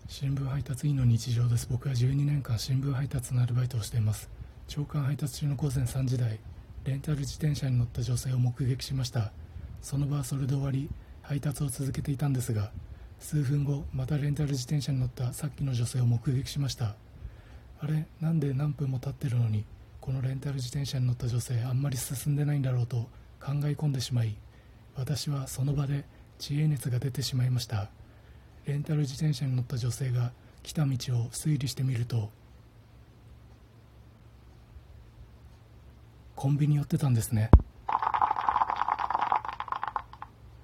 新聞配達員の日常です。僕は12年間新聞配達のアルバイトをしています。朝刊配達中の午前3時台、レンタル自転車に乗った女性を目撃しました。その場はそれで終わり、配達を続けていたんですが、数分後、またレンタル自転車に乗ったさっきの女性を目撃しました。あれ、なんで何分も経ってるのに、このレンタル自転車に乗った女性あんまり進んでないんだろうと考え込んでしまい、私はその場で知恵熱が出てしまいました。レンタル自転車に乗った女性が来た道を推理してみると、コンビニ寄ってたんですね。